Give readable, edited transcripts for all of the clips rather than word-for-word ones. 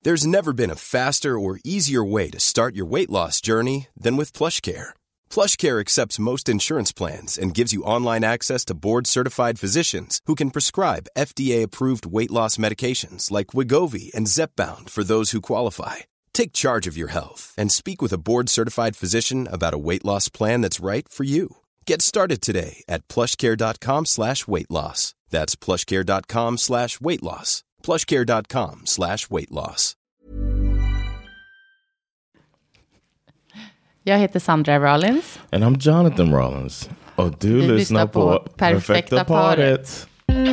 There's never been a faster or easier way to start your weight loss journey than with PlushCare. PlushCare accepts most insurance plans and gives you online access to board-certified physicians who can prescribe FDA-approved weight loss medications like Wegovy and Zepbound for those who qualify. Take charge of your health and speak with a board-certified physician about a weight loss plan that's right for you. Get started today at plushcare.com/weightloss. That's plushcare.com/weightloss. plushcare.com/weightloss. Jag heter Sandra Rollins. And I'm Jonathan Rollins. Och du lyssnar på Perfekta paret.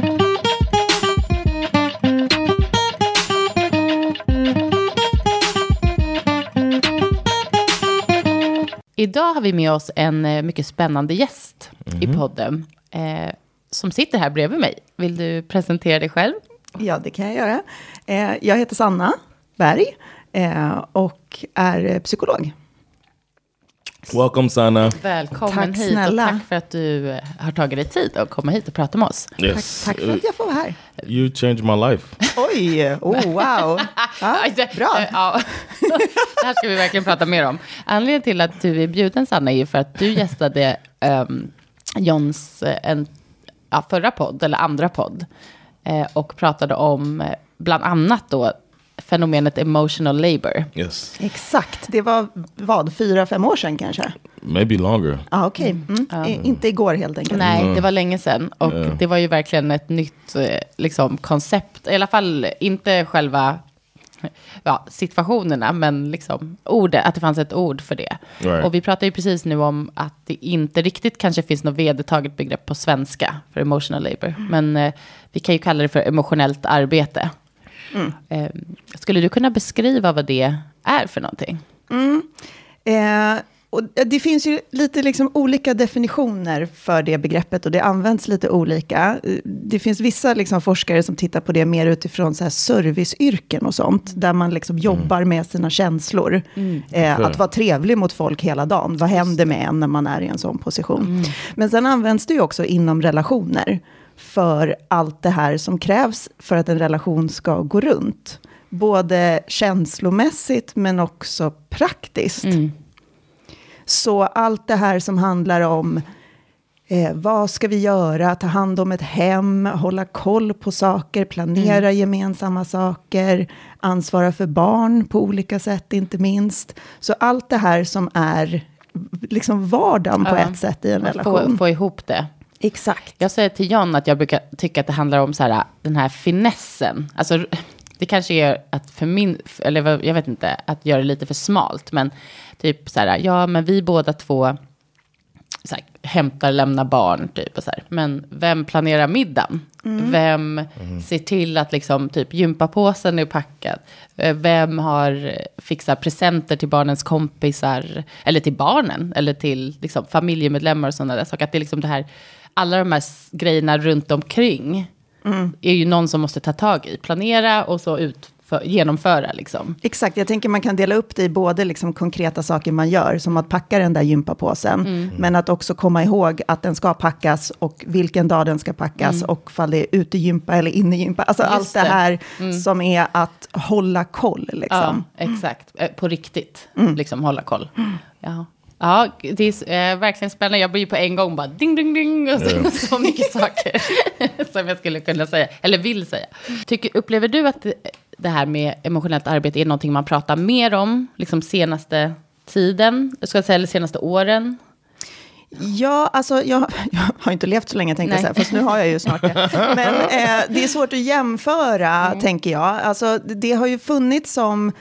Idag har vi med oss en mycket spännande gäst i podden som sitter här bredvid mig. Vill du presentera dig själv? Ja, det kan jag göra. Jag heter Sanna Berg och är psykolog. Welcome, Sanna. Välkommen Tack, hit snälla. och tack för att du har tagit dig tid att komma hit och prata med oss. Yes. Tack för att jag får vara här. You changed my life. Oj, wow. Ja, bra. Ja. Det här ska vi verkligen prata mer om. Anledningen till att du är bjuden, Sanna, är ju för att du gästade Johns förra podd, eller andra podd, och pratade om bland annat då fenomenet emotional labor. Yes. Exakt, det var 4-5 år sedan kanske? Maybe longer. Okej. Inte igår helt enkelt. Nej, det var länge sedan. Och det var ju verkligen ett nytt koncept. I alla fall inte själva situationerna, men liksom ordet, att det fanns ett ord för det. Right. Och vi pratar ju precis nu om att det inte riktigt kanske finns något vedertaget begrepp på svenska för emotional labor. Men vi kan ju kalla det för emotionellt arbete. Skulle du kunna beskriva vad det är för någonting? Och det finns ju lite liksom olika definitioner för det begreppet och det används lite olika. Det finns vissa liksom forskare som tittar på det mer utifrån så här serviceyrken och sånt, där man liksom jobbar med sina känslor. Att vara trevlig mot folk hela dagen. Vad händer med en när man är i en sån position? Men sen används det ju också inom relationer för allt det här som krävs för att en relation ska gå runt. Både känslomässigt men också praktiskt. Så allt det här som handlar om vad ska vi göra, ta hand om ett hem, hålla koll på saker, planera gemensamma saker, ansvara för barn på olika sätt inte minst. Så allt det här som är liksom vardagen på ett sätt i en relation. Få ihop det. Exakt. Jag säger till John att jag brukar tycka att det handlar om så här, den här finessen. Alltså det kanske är att eller jag vet inte, att göra det lite för smalt. Men typ så här, ja men vi båda två så här, hämtar, lämnar barn typ och så här. Men vem planerar middagen? Vem ser till att liksom typ gympapåsen är packad? Vem har fixat presenter till barnens kompisar? Eller till barnen? Eller till liksom, familjemedlemmar och sådana där saker. Att det är liksom det här, alla de här grejerna runt omkring är ju någon som måste ta tag i. Planera och så genomföra liksom. Exakt, jag tänker man kan dela upp det i både liksom konkreta saker man gör, som att packa den där gympapåsen, men att också komma ihåg att den ska packas och vilken dag den ska packas och fall det är utegympa eller innegympa. Alltså Just allt det här som är att hålla koll liksom. Ja, exakt. På riktigt. Liksom hålla koll. Ja, det är verkligen spännande. Jag blir på en gång bara ding, ding, ding. Och så mycket saker som jag skulle kunna säga. Eller vill säga. Upplever du att det här med emotionellt arbete är någonting man pratar mer om? Liksom senaste tiden? Jag ska säga, eller senaste åren? Ja, alltså jag har inte levt så länge tänkte jag säga, fast nu har jag ju snart det. Men det är svårt att jämföra, tänker jag. Alltså det har ju funnits som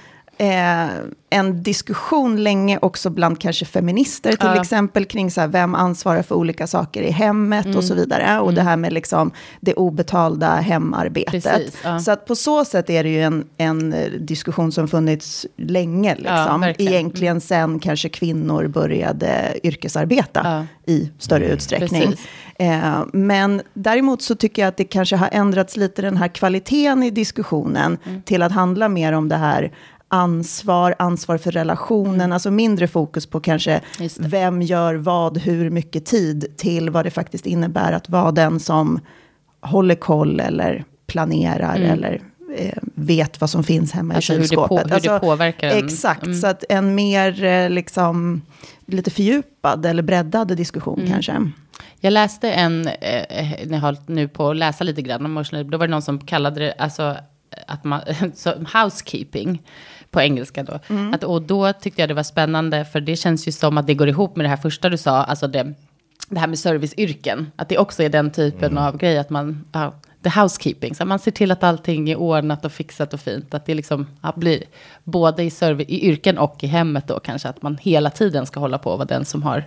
en diskussion länge också bland kanske feminister till exempel kring så här, vem ansvarar för olika saker i hemmet och så vidare. Och det här med liksom det obetalda hemarbetet. Precis, Så att på så sätt är det ju en diskussion som funnits länge. Liksom. Egentligen sen kanske kvinnor började yrkesarbeta i större utsträckning. Men däremot så tycker jag att det kanske har ändrats lite den här kvaliteten i diskussionen till att handla mer om det här ansvar för relationen, alltså mindre fokus på kanske vem gör vad, hur mycket tid, till vad det faktiskt innebär att vara den som håller koll eller planerar eller vet vad som finns hemma i kylskåpet. Hur det påverkar en. Exakt, så att en mer liksom lite fördjupad eller breddad diskussion kanske. Jag läste när jag hållit nu på att läsa lite grann om emotional labor. Då var det någon som kallade det alltså, att man, så housekeeping på engelska då. Och då tyckte jag det var spännande, för det känns ju som att det går ihop med det här första du sa, alltså det här med serviceyrken. Att det också är den typen av grej, att man, the housekeeping, så man ser till att allting är ordnat och fixat och fint. Att det liksom blir både i yrken och i hemmet då kanske, att man hela tiden ska hålla på och vara den som har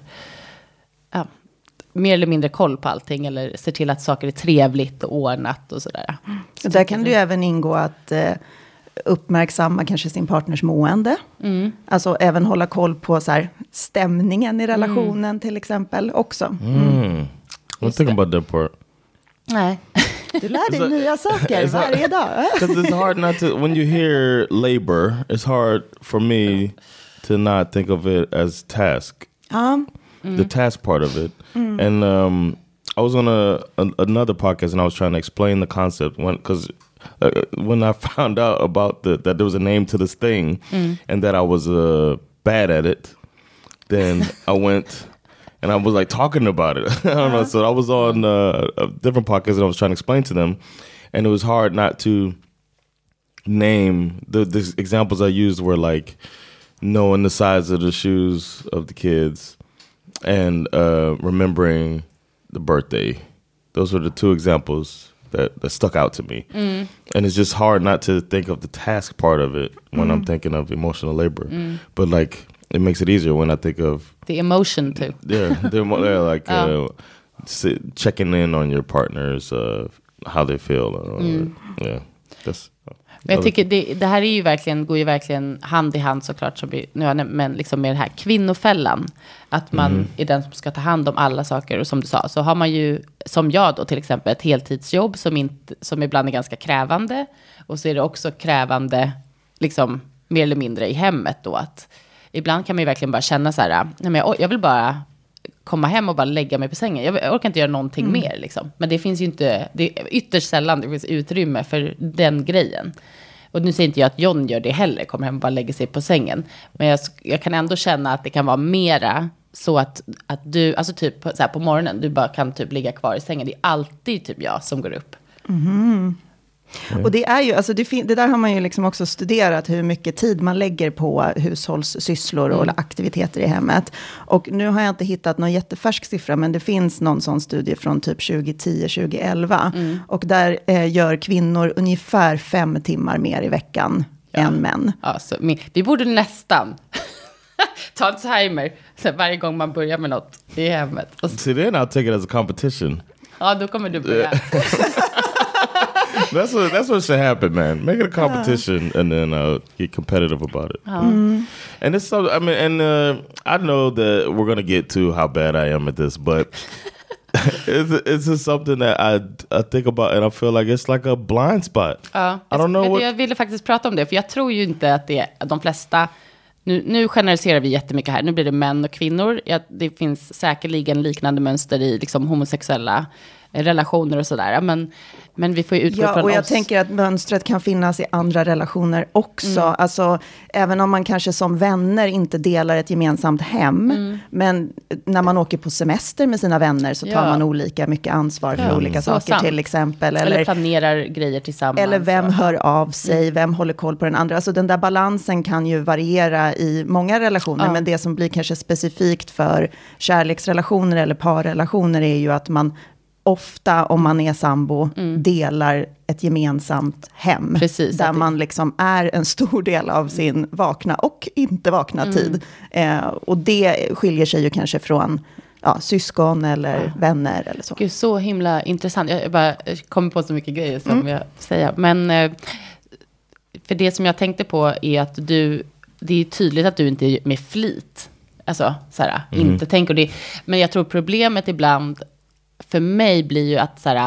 mer eller mindre koll på allting, eller ser till att saker är trevligt och ordnat och sådär. Så där kan det ju även ingå att uppmärksamma kanske sin partners mående. Alltså även hålla koll på så här, stämningen i relationen till exempel också. I'm thinking about that part. Nej. Du lär dig nya saker varje dag. Because it's hard not to, when you hear labor, it's hard for me to not think of it as task. The task part of it. And I was on another podcast and I was trying to explain the concept because when I found out about that there was a name to this thing and that I was bad at it, then I went and I was like talking about it. I don't know. So I was on a different podcast and I was trying to explain to them, and it was hard not to name the examples I used were like knowing the size of the shoes of the kids and remembering the birthday. Those were the two examples that stuck out to me. And it's just hard not to think of the task part of it when I'm thinking of emotional labor. But like, it makes it easier when I think of the emotion too. They're like checking in on your partners, how they feel. Yeah, that's. Men jag tycker det här är ju verkligen, går ju verkligen hand i hand såklart, som vi nu har nämnt, men liksom med den här kvinnofällan, att man är den som ska ta hand om alla saker, och som du sa, så har man ju, som jag då till exempel, ett heltidsjobb som ibland är ganska krävande, och så är det också krävande liksom mer eller mindre i hemmet då, att ibland kan man ju verkligen bara känna så här, nej men jag vill bara komma hem och bara lägga mig på sängen. Jag orkar inte göra någonting mer liksom. Men det finns ju inte, det är ytterst sällan det finns utrymme för den grejen. Och nu säger inte jag att John gör det heller, kommer hem och bara lägger sig på sängen. Men jag kan ändå känna att det kan vara mera så att du, alltså typ så här på morgonen, du bara kan typ ligga kvar i sängen. Det är alltid typ jag som går upp. Och det är ju, alltså det där har man ju liksom också studerat, hur mycket tid man lägger på hushållssysslor och aktiviteter i hemmet. Och nu har jag inte hittat någon jättefärsk siffra, men det finns någon sån studie från typ 2010-2011. Och där gör kvinnor ungefär 5 timmar mer i veckan än män. Alltså, vi borde nästan ta en timer så varje gång man börjar med något i hemmet. See, then I'll take it as a competition. Ja, då kommer du börja. That's what should happen, man. Make it a competition and then get competitive about it. And it's so, I mean, and I know that we're gonna get to how bad I am at this, but it's just something that I think about and I feel like it's like a blind spot. I don't know jag ville faktiskt prata om det, för jag tror ju inte att de flesta, nu generaliserar vi jättemycket här. Nu blir det män och kvinnor. Det finns säkerligen liknande mönster i liksom homosexuella relationer och sådär. Men vi får ju utgå från oss. Ja, och jag tänker att mönstret kan finnas i andra relationer också. Alltså, även om man kanske som vänner inte delar ett gemensamt hem. Men när man åker på semester med sina vänner så tar man olika mycket ansvar för olika saker till exempel. Eller planerar grejer tillsammans. Eller vem hör av sig, vem håller koll på den andra. Alltså den där balansen kan ju variera i många relationer. Men det som blir kanske specifikt för kärleksrelationer eller parrelationer är ju att man ofta, om man är sambo, delar ett gemensamt hem. Precis, där man liksom är en stor del av sin vakna och inte vakna tid. Och det skiljer sig ju kanske från syskon eller vänner eller så. Gud, så himla intressant. Jag bara kommer på så mycket grejer som jag säger. Men för det som jag tänkte på är att det är tydligt att du inte är med flit. Alltså, såhär, inte tänker det. Men jag tror problemet ibland för mig blir ju att såhär,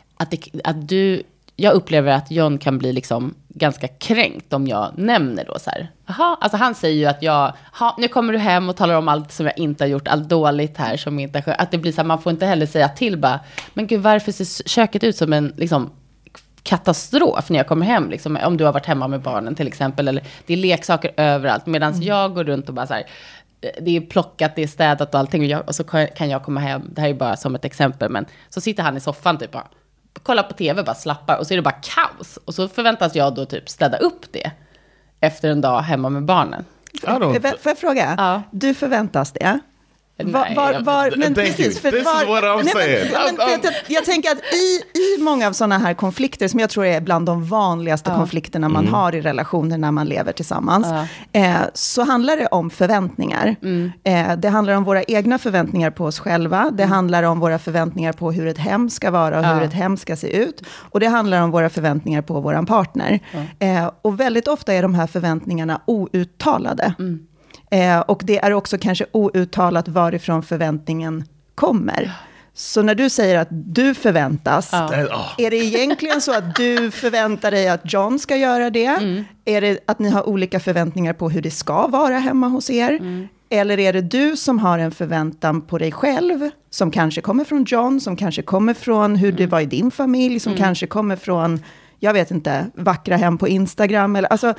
jag upplever att John kan bli liksom ganska kränkt om jag nämner då så här. Aha, alltså han säger ju att nu kommer du hem och talar om allt som jag inte har gjort, allt dåligt här som inte har, att det blir så här, man får inte heller säga till bara, men gud, varför ser köket ut som en liksom katastrof när jag kommer hem. Liksom, om du har varit hemma med barnen till exempel. Eller det är leksaker överallt. Medan jag går runt och bara så här, det är plockat, det är städat och allting. Och så kan jag komma hem, det här är bara som ett exempel. Men så sitter han i soffan typ bara, kollar på tv, bara slappar. Och så är det bara kaos. Och så förväntas jag då typ städa upp det efter en dag hemma med barnen. Får jag fråga? Ja. Du förväntas det? Men precis, this is what I'm saying. Jag tänker att i många av sådana här konflikter, som jag tror är bland de vanligaste konflikterna man har i relationer när man lever tillsammans, så handlar det om förväntningar. Det handlar om våra egna förväntningar på oss själva. Det handlar om våra förväntningar på hur ett hem ska vara och hur ett hem ska se ut. Och det handlar om våra förväntningar på våran partner. Och väldigt ofta är de här förväntningarna outtalade. Och det är också kanske outtalat varifrån förväntningen kommer. Så när du säger att du förväntas, är det egentligen så att du förväntar dig att John ska göra det? Är det att ni har olika förväntningar på hur det ska vara hemma hos er? Eller är det du som har en förväntan på dig själv, som kanske kommer från John, som kanske kommer från hur det var i din familj, som kanske kommer från, jag vet inte, vackra hem på Instagram. Eller, alltså,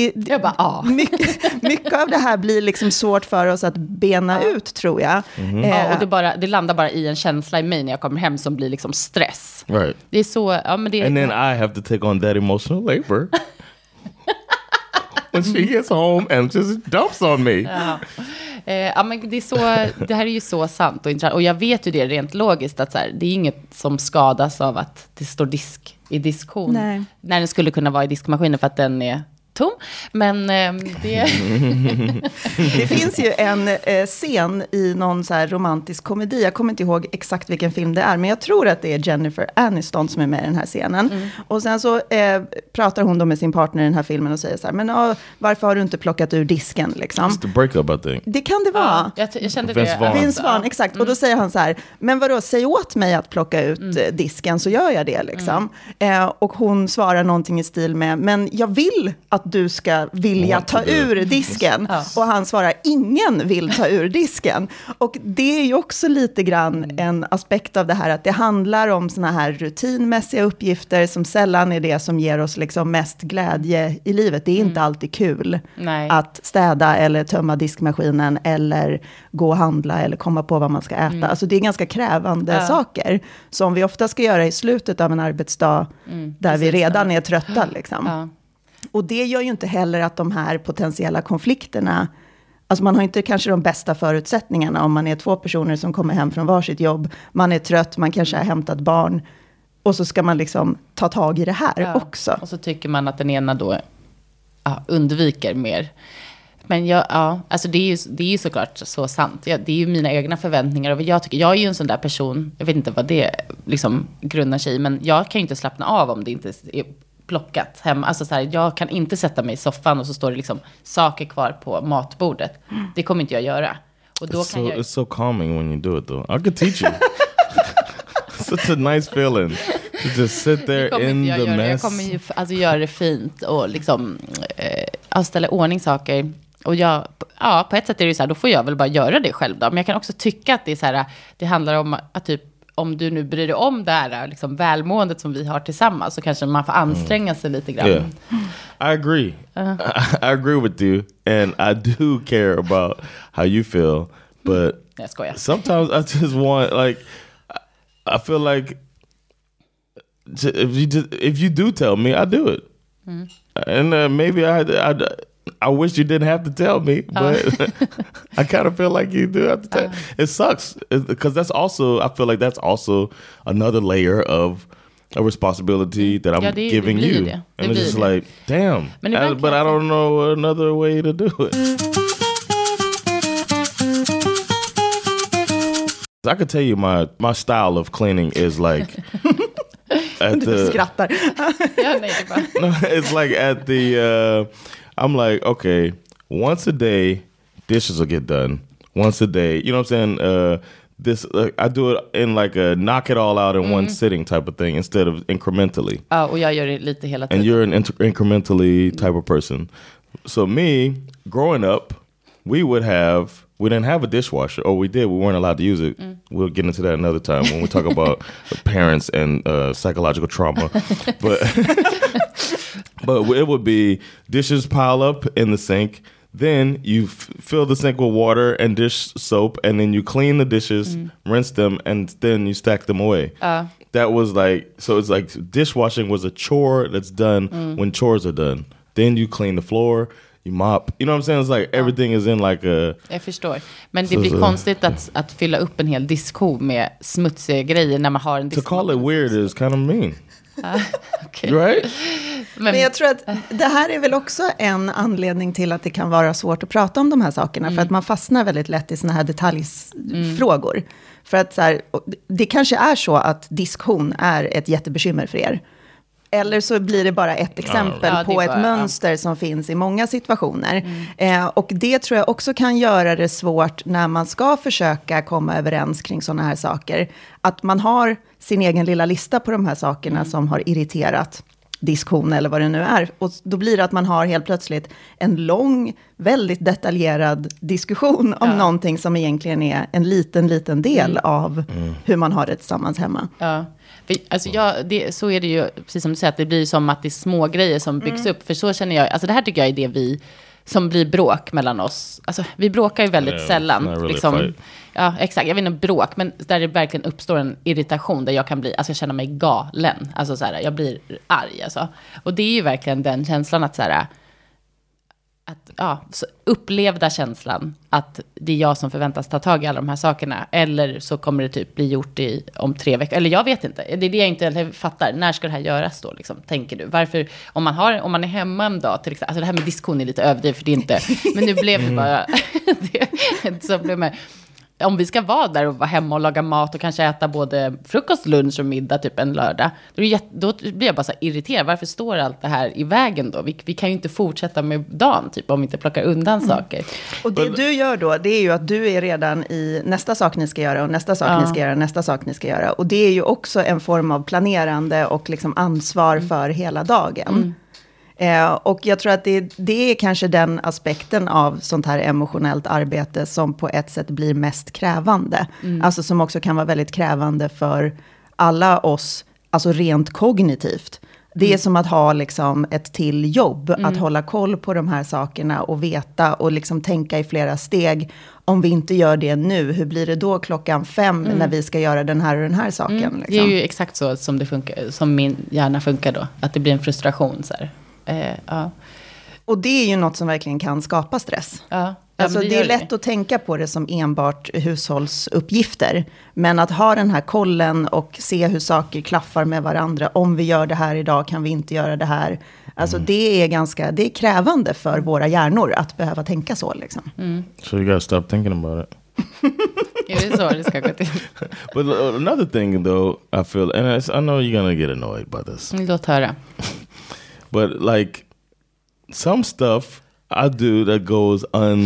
mycket av det här blir liksom svårt för oss att bena ut, tror jag. Och det landar bara i en känsla i mig när jag kommer hem som blir liksom stress. Right. Det är så, men det är, and then I have to take on that emotional labor. When she gets home and just dumps on me. Men det är så, det här är ju så sant och intressant. Och jag vet ju det rent logiskt, att så här, det är inget som skadas av att det står disk i diskon. Nej. När den skulle kunna vara i diskmaskinen för att den är tom. Men det... Det finns ju en scen i någon så här romantisk komedi. Jag kommer inte ihåg exakt vilken film det är, men jag tror att det är Jennifer Aniston som är med i den här scenen. Och sen så pratar hon då med sin partner i den här filmen och säger så här, men varför har du inte plockat ur disken liksom? It's the breakup, I think. Det kan det vara. Jag kände Vince det. Vaughn. Vince Vaughn, exakt. Och då säger han så här, men vadå, säg åt mig att plocka ut disken så gör jag det liksom. Och hon svarar någonting i stil med, men jag vill att du ska vilja ta ur disken. Och han svarar, ingen vill ta ur disken. Och det är ju också lite grann en aspekt av det här, att det handlar om såna här rutinmässiga uppgifter som sällan är det som ger oss liksom mest glädje i livet. Det är inte alltid kul att städa eller tömma diskmaskinen eller gå och handla eller komma på vad man ska äta. Alltså det är ganska krävande saker som vi ofta ska göra i slutet av en arbetsdag där vi redan är trötta liksom. Och det gör ju inte heller att de här potentiella konflikterna, alltså man har inte kanske de bästa förutsättningarna om man är två personer som kommer hem från varsitt jobb, man är trött, man kanske har hämtat barn och så ska man liksom ta tag i det här också. Och så tycker man att den ena då undviker mer. Men alltså det är ju såklart så sant. Det är ju mina egna förväntningar. Och jag är ju en sån där person, jag vet inte vad det liksom grundar sig i, men jag kan ju inte slappna av om det inte är plockat hem. Alltså så här, jag kan inte sätta mig i soffan och så står det liksom saker kvar på matbordet. Det kommer inte jag göra. Och då it's so calming when you do it though. I could teach you. Such a nice feeling. To just sit there in the mess. Jag kommer ju alltså göra det fint och liksom ställa ordning saker. Och på ett sätt är det så här, då får jag väl bara göra det själv då. Men jag kan också tycka att det är så här, det handlar om att typ, om du nu bryr dig om det här liksom välmåendet som vi har tillsammans, så kanske man får anstränga sig lite grann. Yeah. I agree. I agree with you, and I do care about how you feel, but sometimes I just want, like, I feel like if you do tell me, I do it. And maybe I wish you didn't have to tell me, but I kind of feel like you do have to tell. It sucks because that's also, I feel like that's also another layer of a responsibility that I'm giving you. And it's just like, damn, but I don't know another way to do it. I could tell you my style of cleaning is like it's like at the I'm like, okay, once a day dishes will get done. Once a day, you know what I'm saying? I do it in like a knock it all out in one sitting type of thing instead of incrementally. Och jag gör det lite hela tiden. And you're an incrementally type of person. So me, growing up, we would have we didn't have a dishwasher, or we did, we weren't allowed to use it. We'll get into that another time when we talk about parents and psychological trauma. But it would be dishes pile up in the sink. Then you fill the sink with water and dish soap, and then you clean the dishes, rinse them, and then you stack them away. That was like, so it's like dishwashing was a chore that's done when chores are done. Then you clean the floor, you mop. You know what I'm saying? It's like everything is in like a... Jag förstår. Men det blir konstigt att fylla upp en hel diskho med smutsiga grejer när man har en diskho. To call it weird is kind of mean. Okay. Right? Men jag tror att det här är väl också en anledning till att det kan vara svårt att prata om de här sakerna. För att man fastnar väldigt lätt i såna här detaljfrågor. För att så här, det kanske är så att diskhon är ett jättebekymmer för er. Eller så blir det bara ett exempel på ett mönster som finns i många situationer. Och det tror jag också kan göra det svårt när man ska försöka komma överens kring sådana här saker. Att man har sin egen lilla lista på de här sakerna som har irriterat diskussion eller vad det nu är. Och då blir det att man har helt plötsligt en lång, väldigt detaljerad diskussion om någonting som egentligen är en liten del av hur man har det tillsammans hemma. Ja. För, alltså så är det ju, precis som du säger, att det blir som att det är små grejer som byggs upp. För så känner jag, alltså det här tycker jag är det vi, som blir bråk mellan oss. Alltså vi bråkar ju väldigt sällan. Really liksom, ja, exakt, jag vet inte bråk, men där det verkligen uppstår en irritation där jag kan bli, alltså jag känner mig galen. Alltså så här, jag blir arg alltså. Och det är ju verkligen den känslan att så här, så upplevda känslan att det är jag som förväntas ta tag i alla de här sakerna, eller så kommer det typ bli gjort om 3 veckor, eller jag vet inte, det är det jag inte fattar. När ska det här göras då liksom, tänker du? Varför, om man är hemma en dag till exempel, alltså det här med diskussion är lite överdrivet för det är inte, men nu blev det bara så blev det, om vi ska vara där och vara hemma och laga mat och kanske äta både frukost, lunch och middag typ en lördag, då blir jag bara så irriterad. Varför står allt det här i vägen då? Vi kan ju inte fortsätta med dagen typ om vi inte plockar undan saker. Och det du gör då, det är ju att du är redan i nästa sak ni ska göra och nästa sak ni ska göra, nästa sak ni ska göra. Och det är ju också en form av planerande och liksom ansvar för hela dagen. Och jag tror att det är kanske den aspekten av sånt här emotionellt arbete som på ett sätt blir mest krävande. Alltså som också kan vara väldigt krävande för alla oss, alltså rent kognitivt. Det är som att ha liksom ett till jobb, att hålla koll på de här sakerna och veta och liksom tänka i flera steg. Om vi inte gör det nu, hur blir det då 5:00 när vi ska göra den här och den här saken? Liksom? Det är ju exakt så som det funkar, som min hjärna funkar då. Att det blir en frustration så här. Och det är ju något som verkligen kan skapa stress. Alltså det är lätt att tänka på det som enbart hushållsuppgifter. Men att ha den här kollen och se hur saker klaffar med varandra. Om vi gör det här idag kan vi inte göra det här. Alltså det är krävande för våra hjärnor att behöva tänka så liksom. So you gotta stop thinking about it. Är det så det ska gå till? But another thing though, I feel, and I know you're gonna get annoyed by this. Låt höra. But like some stuff I do that goes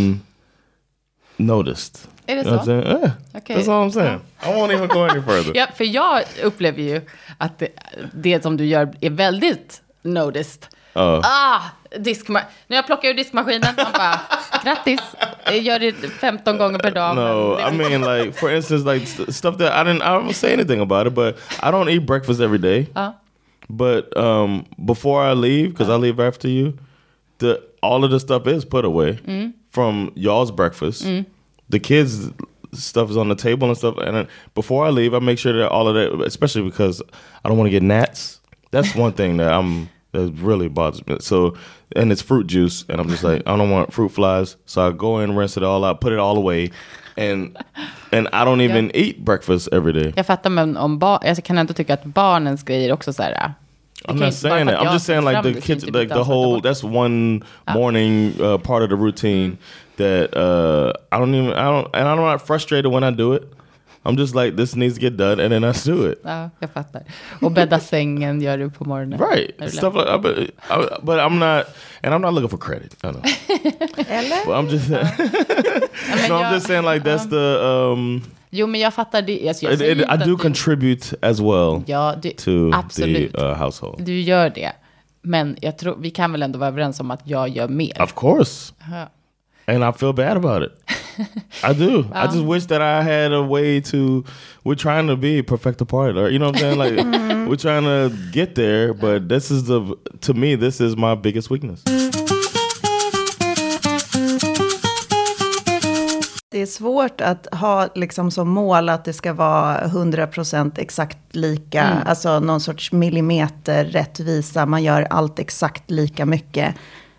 unnoticed. Är det you know så? Okay. That's all I'm saying. I won't even go any further. Ja, för jag upplever ju att det som du gör är väldigt noticed. När jag plockar ur diskmaskinen, man bara, grattis, jag gör det 15 gånger per dag. No, I mean like, for instance, like stuff that I don't say anything about it, but I don't eat breakfast every day. But before I leave, because I leave after you, all of the stuff is put away from y'all's breakfast. The kids' stuff is on the table and stuff. And then before I leave, I make sure that all of that, especially because I don't want to get gnats. That's one thing that really bothers me. So, and it's fruit juice, and I'm just like, I don't want fruit flies. So I go in, rinse it all out, put it all away. And I don't even eat breakfast every day. Jag fattar, men jag kan ändå tycka att barnens grejer också så här. I'm not saying that. I'm just saying like the kids, like the whole. That's one morning part of the routine that I'm not frustrated when I do it. I'm just like, this needs to get done, and then I do it. Ja, jag fattar. Och bädda sängen gör du på morgonen. Right, stuff like. But I'm not looking for credit. I know. Eller? But I'm just. I'm just saying like that's the. Jo, men jag fattar det. I do contribute as well to absolut. The household. Du gör det. Men jag tror vi kan väl ändå vara överens om att jag gör mer. Of course. And I feel bad about it. I do. I just wish that I had a way to. We're trying to be perfect apart, or you know what I'm saying? Like we're trying to get there, but this is to me, this is my biggest weakness. Det är svårt att ha liksom som mål att det ska vara 100% exakt lika. Alltså någon sorts millimeter rättvisa. Man gör allt exakt lika mycket.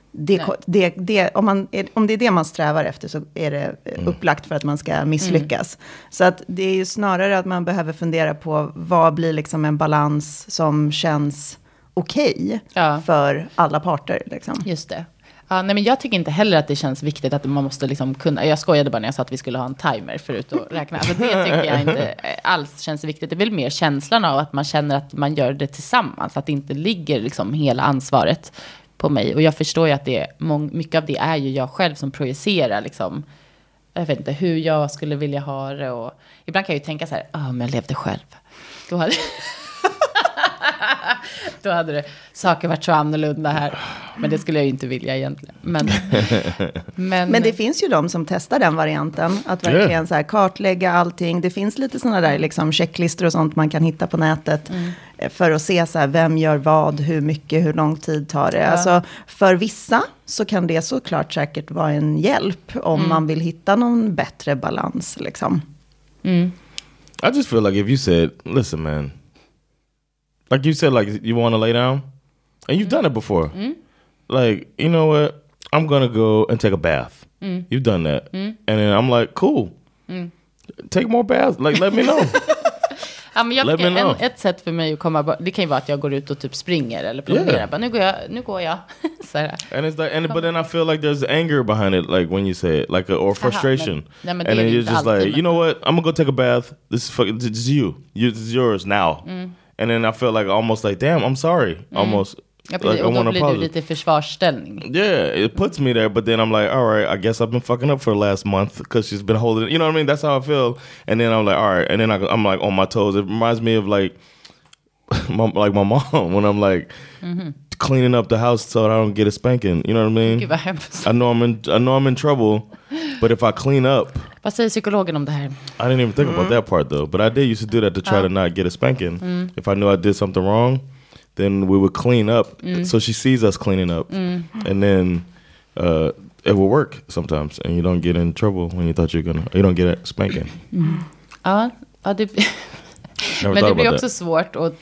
Om det är det man strävar efter så är det upplagt för att man ska misslyckas. Så att det är ju snarare att man behöver fundera på vad blir liksom en balans som känns okej för alla parter. Liksom. Just det. Ja, nej, men jag tycker inte heller att det känns viktigt att man måste liksom kunna. Jag skojade bara när jag sa att vi skulle ha en timer förut att räkna. Alltså det tycker jag inte alls känns viktigt. Det är väl mer känslan av att man känner att man gör det tillsammans. Att det inte ligger liksom hela ansvaret på mig. Och jag förstår ju att det mycket av det är ju jag själv som projicerar liksom. Jag vet inte hur jag skulle vilja ha det. Och ibland kan jag ju tänka så här, om jag levde själv. Då hade det saker varit så annorlunda här. Men det skulle jag ju inte vilja egentligen. Men det finns ju de som testar den varianten. Att verkligen så här kartlägga allting. Det finns lite sådana där liksom checklistor och sånt man kan hitta på nätet. För att se så här, vem gör vad, hur mycket, hur lång tid tar det. Alltså, för vissa så kan det såklart säkert vara en hjälp. Om man vill hitta någon bättre balans liksom. I just feel like if you said, listen man. Like you said, like you want to lay down, and you've done it before. Like, you know what? I'm gonna go and take a bath. You've done that, and then I'm like, cool. Take more baths. Like, let me know. Ja, men jag fick ett sätt för mig att komma. Det kan ju vara att jag går ut och typ springer eller promenerar. Bara, nu går jag. Så här. And it's like, but then I feel like there's anger behind it, like when you say it, like or frustration. Men and then you're just like, you know what? I'm gonna go take a bath. This is you. This is yours now. And then I feel like almost like, damn, I'm sorry. Almost. Ja, like, och då blir du lite i försvarsställning. Yeah, it puts me there, but then I'm like, all right, I guess I've been fucking up for the last month because she's been holding it. You know what I mean? That's how I feel. And then I'm like, all right. And then I'm like on my toes. It reminds me of like my mom when I'm like cleaning up the house so I don't get a spanking. You know what I mean? Gud vad hemskt. I know I'm in trouble, but if I clean up. Vad säger psykologen om det här? I didn't even think about that part though. But I did used to do that to try to not get a spanking. If I knew I did something wrong, then we would clean up. So she sees us cleaning up. And then it will work sometimes. And you don't get in trouble when you thought you don't get a spanking. Ja, det men det blir också svårt. Och,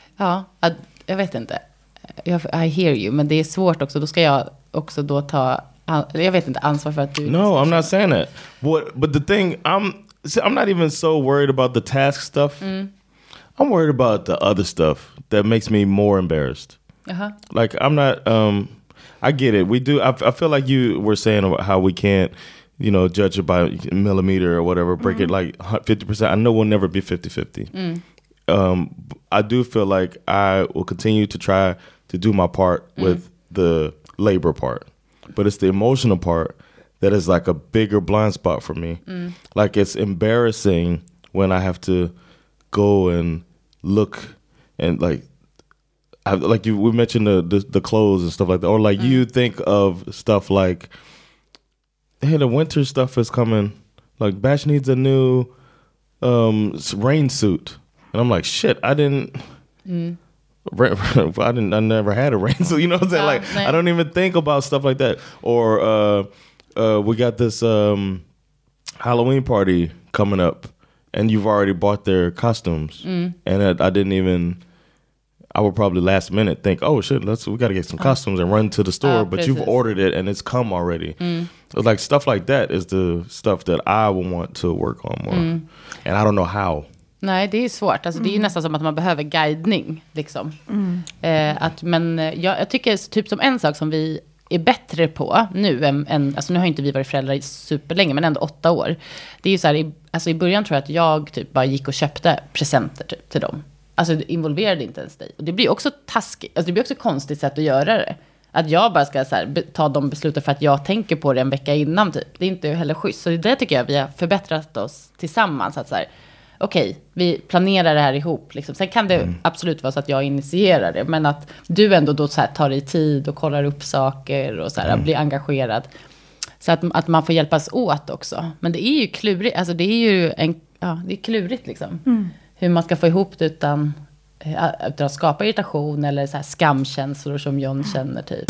jag vet inte. I hear you. Men det är svårt också. Då ska jag också då ta... Jag vet inte ansvar för att du... No, I'm not saying that. But the thing, I'm not even so worried about the task stuff. I'm worried about the other stuff that makes me more embarrassed. Like I'm not. I get it. We do. I feel like you were saying about how we can't, you know, judge it by millimeter or whatever. Break it like 50%. I know we'll never be 50-50. I do feel like I will continue to try to do my part with the labor part. But it's the emotional part that is like a bigger blind spot for me. Like it's embarrassing when I have to go and look and like we mentioned the clothes and stuff like that, or like you think of stuff like, hey, the winter stuff is coming. Like Bash needs a new rain suit, and I'm like, shit, I never had a rain suit. You know what I'm saying? Like I don't even think about stuff like that. Or we got this Halloween party coming up. And you've already bought their costumes, and I would probably last minute think, oh shit, we got to get some costumes and run to the store. But you've ordered it and it's come already. Like stuff like that is the stuff that I would want to work on more, and I don't know how. Nej, det är svårt. Alltså, det är ju nästan som att man behöver guidning. Liksom. Jag tycker typ som en sak som vi är bättre på nu alltså nu har inte vi varit föräldrar superlänge, men ändå 8 år. Det är ju så här, alltså i början tror jag att jag typ bara gick och köpte presenter typ, till dem. Alltså det involverade inte ens dig. Och det blir också taskigt, alltså det blir också konstigt sätt att göra det. Att jag bara ska så här, ta de besluten för att jag tänker på det en vecka innan typ. Det är inte heller schysst. Så det tycker jag vi har förbättrat oss tillsammans. Att så här, okej, vi planerar det här ihop. Liksom. Sen kan det absolut vara så att jag initierar det. Men att du ändå då så här tar dig tid och kollar upp saker och så här, blir engagerad. Så att man får hjälpas åt också. Men det är ju klurigt, alltså det är ju det är klurigt liksom. Hur man ska få ihop det utan att skapa irritation eller så här skamkänslor som John känner typ.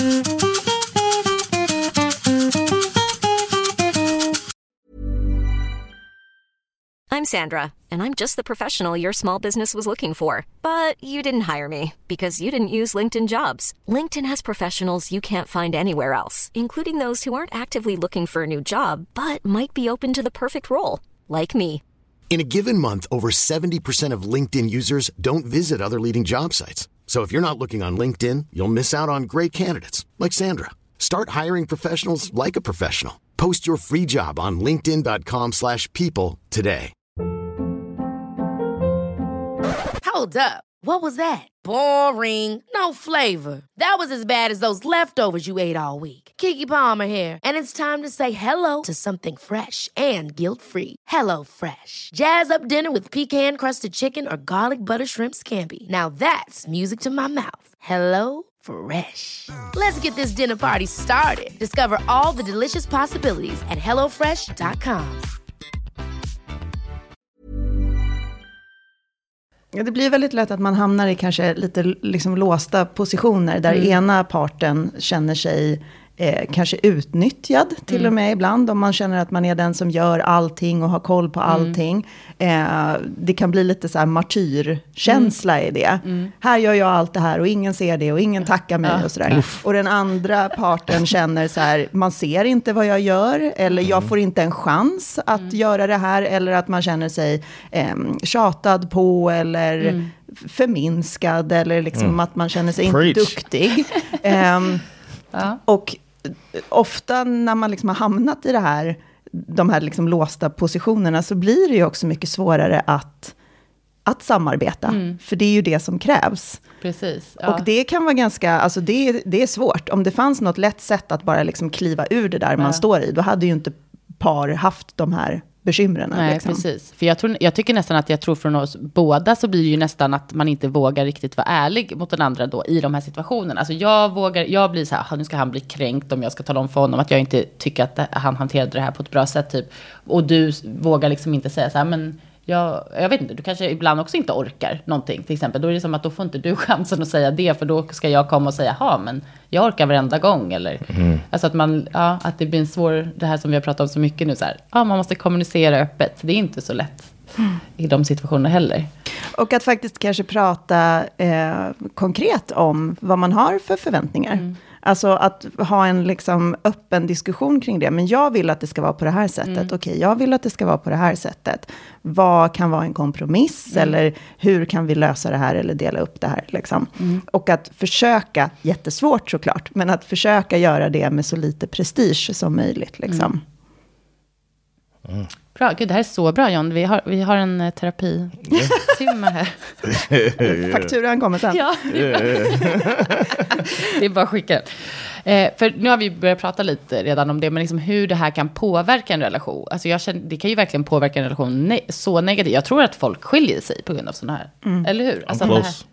I'm Sandra, and I'm just the professional your small business was looking for. But you didn't hire me because you didn't use LinkedIn Jobs. LinkedIn has professionals you can't find anywhere else, including those who aren't actively looking for a new job, but might be open to the perfect role, like me. In a given month, over 70% of LinkedIn users don't visit other leading job sites. So if you're not looking on LinkedIn, you'll miss out on great candidates like Sandra. Start hiring professionals like a professional. Post your free job on linkedin.com/people today. Hold up. What was that? Boring. No flavor. That was as bad as those leftovers you ate all week. Keke Palmer here, and it's time to say hello to something fresh and guilt-free. Hello Fresh. Jazz up dinner with pecan-crusted chicken or garlic butter shrimp scampi. Now that's music to my mouth. Hello Fresh. Let's get this dinner party started. Discover all the delicious possibilities at hellofresh.com. Ja, det blir väldigt lätt att man hamnar i kanske lite liksom låsta positioner där ena parten känner sig kanske utnyttjad till och med ibland, om man känner att man är den som gör allting och har koll på allting. Det kan bli lite så här martyrkänsla i det. Här gör jag allt det här och ingen ser det och ingen tackar mig och sådär. Och den andra parten känner så här, man ser inte vad jag gör eller jag får inte en chans att göra det här, eller att man känner sig tjatad på eller förminskad, eller liksom att man känner sig inte duktig. Och ofta när man liksom har hamnat i de här liksom låsta positionerna, så blir det ju också mycket svårare att samarbeta. För det är ju det som krävs. Precis. Ja. Och det kan vara ganska, alltså det är svårt. Om det fanns något lätt sätt att bara liksom kliva ur det där man står i, då hade ju inte par haft de här bekymren. Nej, liksom. Precis. För jag tycker nästan att jag tror från oss båda så blir det ju nästan att man inte vågar riktigt vara ärlig mot den andra då i de här situationerna. Alltså jag blir så här, nu ska han bli kränkt om jag ska tala om för honom att jag inte tycker att han hanterade det här på ett bra sätt typ. Och du vågar liksom inte säga så här, men jag vet inte, du kanske ibland också inte orkar någonting till exempel. Då är det som att då får inte du chansen att säga det, för då ska jag komma och säga, men jag orkar varenda gång. Eller, alltså att det blir en svår, det här som vi har pratat om så mycket nu, så här, man måste kommunicera öppet. Det är inte så lätt i de situationerna heller. Och att faktiskt kanske prata konkret om vad man har för förväntningar. Alltså att ha en liksom öppen diskussion kring det. Men jag vill att det ska vara på det här sättet. Okej, jag vill att det ska vara på det här sättet. Vad kan vara en kompromiss? Eller hur kan vi lösa det här eller dela upp det här? Liksom. Och att försöka, jättesvårt såklart, men att försöka göra det med så lite prestige som möjligt. Liksom. Bra, gud, det här är så bra, John. Vi har en terapitimme här. Fakturan kommer sen. Ja. Det är bara att skicka. För nu har vi börjat prata lite redan om det, men liksom hur det här kan påverka en relation. Alltså jag känner, det kan ju verkligen påverka en relation så negativt. Jag tror att folk skiljer sig på grund av sådana här. Eller hur? Alltså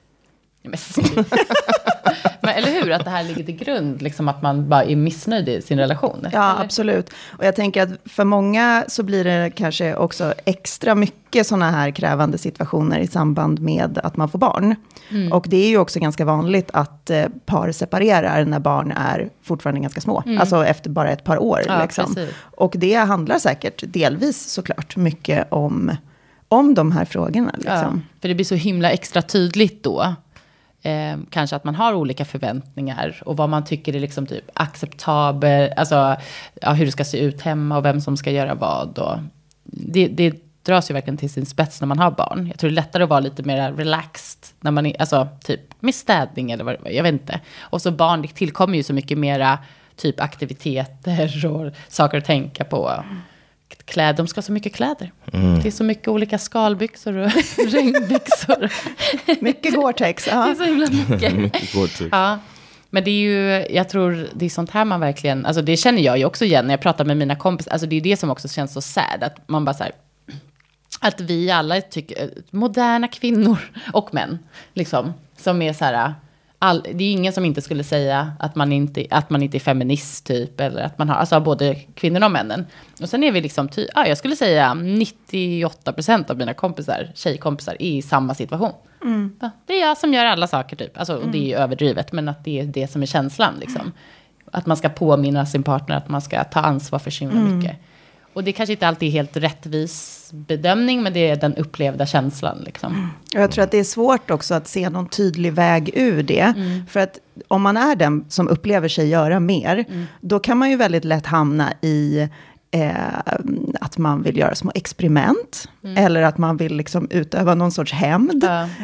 men eller hur, att det här ligger till grund liksom, att man bara är missnöjd i sin relation. Ja, eller? Absolut. Och jag tänker att för många så blir det kanske också extra mycket sådana här krävande situationer i samband med att man får barn. Och det är ju också ganska vanligt att par separerar när barn är fortfarande ganska små. Alltså efter bara ett par år. Ja, liksom. precis. Och det handlar säkert delvis såklart mycket om de här frågorna. Liksom. Ja, för det blir så himla extra tydligt då. Kanske att man har olika förväntningar och vad man tycker är liksom typ acceptabel, alltså hur det ska se ut hemma och vem som ska göra vad. Och det dras ju verkligen till sin spets när man har barn. Jag tror det är lättare att vara lite mer relaxed när man är, alltså typ med städning eller vad, jag vet inte. Och så barn, det tillkommer ju så mycket mera typ aktiviteter och saker att tänka på. Kläder, de ska ha så mycket kläder. Det är så mycket olika skalbyxor och regnbyxor. Mycket Gore-Tex. Det är så himla mycket. Mycket Gore-Tex. Ja. Men det är ju, jag tror det är sånt här man verkligen, alltså det känner jag ju också igen när jag pratar med mina kompisar. Alltså det är det som också känns så sad, att man bara så här, att vi alla tycker, moderna kvinnor och män liksom, som är så här, det är ingen som inte skulle säga att man inte är feminist typ. Eller att man har, alltså både kvinnor och männen. Och sen är vi liksom, jag skulle säga 98% av mina tjejkompisar är i samma situation. Ja, det är jag som gör alla saker typ. Alltså, och det är överdrivet, men att det är det som är känslan liksom. Att man ska påminna sin partner att man ska ta ansvar för sin mycket. Och det kanske inte alltid är helt rättvis bedömning, men det är den upplevda känslan liksom. Jag tror att det är svårt också att se någon tydlig väg ur det. För att om man är den som upplever sig göra mer, då kan man ju väldigt lätt hamna i att man vill göra små experiment. Eller att man vill liksom utöva någon sorts hämnd.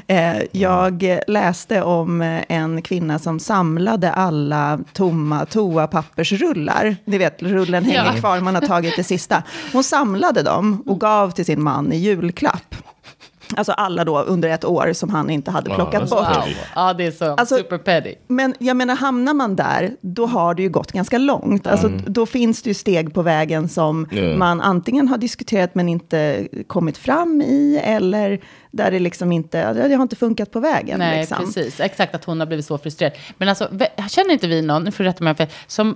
Jag läste om en kvinna som samlade alla tomma toapappersrullar. Ni vet, rullen hänger kvar, man har tagit det sista. Hon samlade dem och gav till sin man i julklapp. Alltså alla då under ett år som han inte hade plockat bort. Wow. Ja, det är så super petty. Men jag menar, hamnar man där, då har det ju gått ganska långt. Alltså, då finns det ju steg på vägen som man antingen har diskuterat men inte kommit fram i, eller där det liksom inte, det har inte funkat på vägen. Nej, liksom. Precis. Exakt, att hon har blivit så frustrerad. Men alltså, känner inte vi någon, för rätta mig,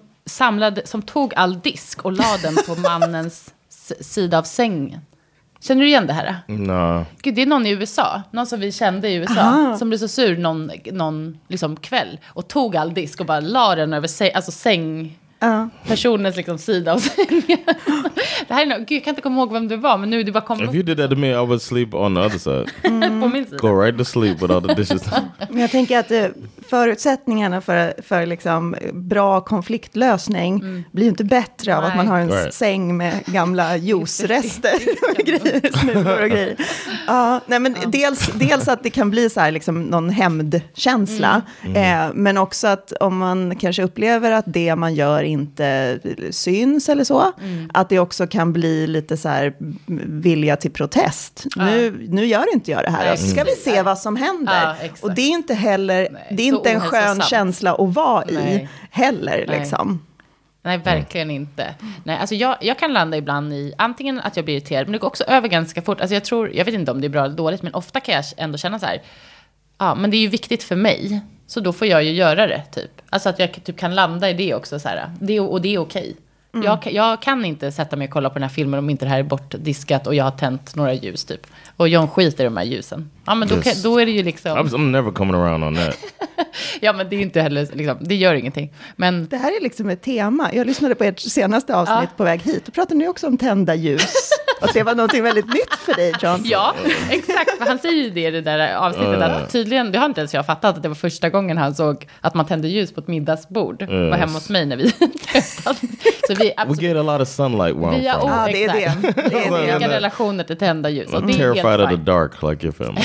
som tog all disk och la den på mannens sida av sängen? Känner du igen det här? Nej. Gud, det är någon i USA. Någon som vi kände i USA. Som blev så sur någon liksom kväll. Och tog all disk och bara la den över säng. Personens liksom sida av sängen. Det här är Gud, jag kan inte komma ihåg vem du var. Men nu det bara kommer. If you did that to me, I would sleep on the other side. På min sida. Go right to sleep without the dishes. Jag tänker att förutsättningarna för liksom bra konfliktlösning blir inte bättre av att man har en säng med gamla juicerester och grejer, snurror och grejer. Nej, men dels att det kan bli så här liksom någon hämndkänsla, men också att om man kanske upplever att det man gör inte syns eller så, att det också kan bli lite så här vilja till protest. Nu gör inte jag det här. Ska vi se vad som händer? Och det är inte heller, det är inte en skön känsla att vara i heller. Liksom. Nej, verkligen inte. Nej, alltså jag kan landa ibland i antingen att jag blir irriterad, men det går också över ganska fort. Alltså jag vet inte om det är bra eller dåligt, men ofta kan jag ändå känna så här, men det är ju viktigt för mig, så då får jag ju göra det typ. Alltså att jag typ kan landa i det också så här. Det är okej. Jag kan inte sätta mig och kolla på den här filmen om inte det här är bortdiskat och jag har tänt några ljus typ. Och John skiter i de här ljusen. Ja, men då är det ju liksom... I'm never coming around on that. Ja, men det är ju inte heller, liksom, det gör ingenting. Men... Det här är liksom ett tema. Jag lyssnade på ert senaste avsnitt på väg hit. Då pratade ni också om tända ljus. Och det var något väldigt nytt för dig, John. Ja, exakt. Han säger ju det i det där avsnittet. Att tydligen, det har inte ens jag fattat, att det var första gången han såg att man tände ljus på ett middagsbord. Var hemma hos mig när vi träffades. Så we get a lot of sunlight where I'm from. Det är det. Det är olika relationer till tända ljus. I'm terrified of the dark, like your family.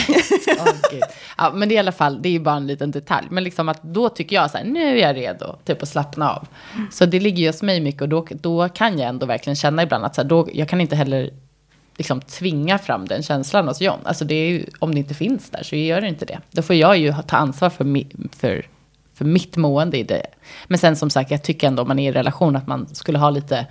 Ja, men det är i alla fall, det är ju bara en liten detalj. Men liksom att då tycker jag så här, nu är jag redo typ att slappna av. Så det ligger ju hos mig mycket, och då kan jag ändå verkligen känna ibland att så här, jag kan inte heller liksom tvinga fram den känslan hos John. Alltså det är ju, om det inte finns där så gör det inte det. Då får jag ju ta ansvar för mitt mående i det. Men sen som sagt, jag tycker ändå om man är i relation att man skulle ha lite,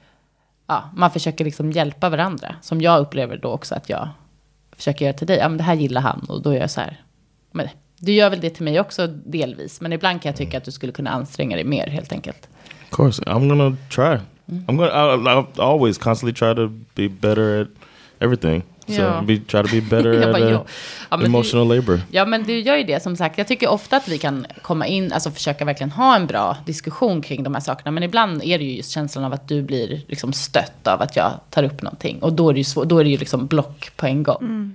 man försöker liksom hjälpa varandra. Som jag upplever då också att jag försöker göra till dig. Ja, men det här gillar han, och då gör jag så här. Men du gör väl det till mig också delvis. Men ibland kan jag tycka att du skulle kunna anstränga dig mer helt enkelt. Of course, I'm gonna try. I'll always constantly try to be better at everything. So try to be better at emotional labor. Ja, men du gör ju det som sagt. Jag tycker ofta att vi kan komma in, alltså försöka verkligen ha en bra diskussion kring de här sakerna. Men ibland är det ju just känslan av att du blir liksom stött av att jag tar upp någonting. Och då är det ju då är det ju liksom block på en gång.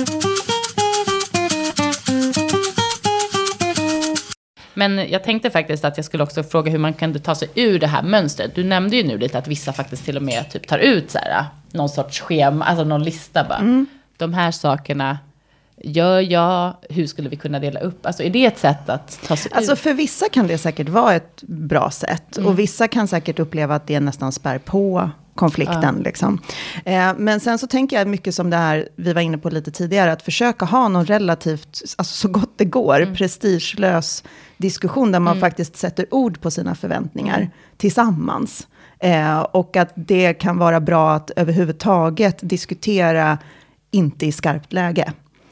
Men jag tänkte faktiskt att jag skulle också fråga hur man kan ta sig ur det här mönstret. Du nämnde ju nu lite att vissa faktiskt till och med typ tar ut så här, någon sorts schema, alltså någon lista bara. De här sakerna gör jag, hur skulle vi kunna dela upp? Alltså är det ett sätt att ta sig ur? Alltså för vissa kan det säkert vara ett bra sätt. Och vissa kan säkert uppleva att det nästan spär på konflikten. Liksom. Men sen så tänker jag mycket som det här vi var inne på lite tidigare, att försöka ha någon relativt, alltså så gott det går, prestigelös diskussion där man faktiskt sätter ord på sina förväntningar tillsammans. Och att det kan vara bra att överhuvudtaget diskutera inte i skarpt läge.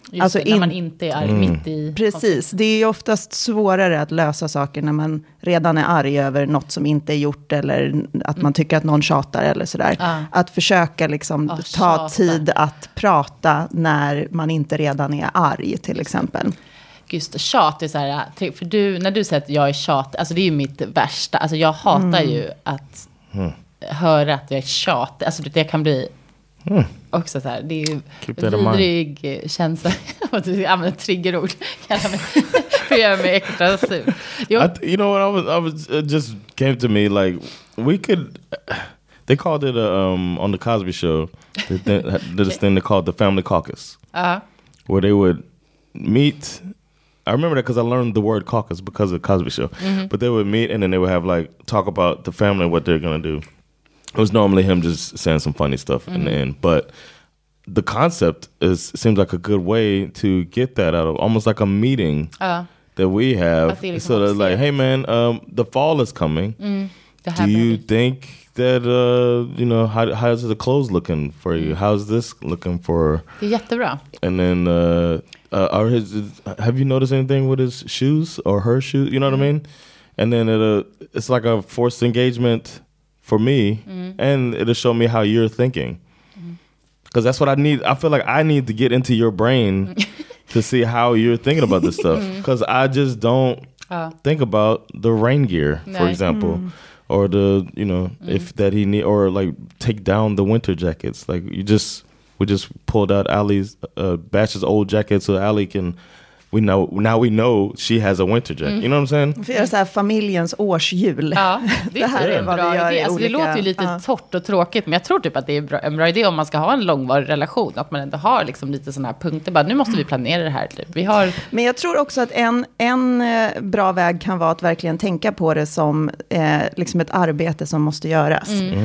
Just alltså det, när man inte är mitt i... Precis, det är ju oftast svårare att lösa saker när man redan är arg över något som inte är gjort, eller att man tycker att någon tjatar eller sådär. Att försöka liksom ta tjata. tid att prata när man inte redan är arg, till exempel. Just det, tjat är så här, för när du säger att jag är tjat, alltså det är ju mitt värsta, alltså jag hatar ju att höra att jag är tjat, alltså det kan bli också så här, det är ju vidrig känsla, att du använder triggerord, för att göra mig extra sur. You know what, I was just came to me like, we could, they called it on the Cosby Show, this thing they called the Family Caucus, where they would meet. I remember that because I learned the word caucus because of the Cosby Show. But they would meet and then they would have like talk about the family and what they're going to do. It was normally him just saying some funny stuff in the end. But the concept seems like a good way to get that out of, almost like a meeting that we have. So they're like, hey man, the fall is coming. Do you think that, how's the clothes looking for you? How's this looking for? Det är jättebra. And then, have you noticed anything with his shoes or her shoes? You know what I mean? And then it's like a forced engagement for me, and it'll show me how you're thinking. Because that's what I need. I feel like I need to get into your brain to see how you're thinking about this stuff. Because I just don't think about the rain gear, for example. Or the, if that he need, or like take down the winter jackets. Like we just pulled out Allie's, Bash's old jacket so Allie can, we know she has a winter jacket. You know what I'm saying? Vi gör så här familjens årsjul. Ja, det här är en bra idé. Alltså, olika, det låter ju lite torrt och tråkigt, men jag tror typ att det är en bra idé om man ska ha en långvarig relation. Att man ändå har liksom lite sådana här punkter. Bara, nu måste vi planera det här. Typ. Men jag tror också att en bra väg kan vara att verkligen tänka på det som liksom ett arbete som måste göras.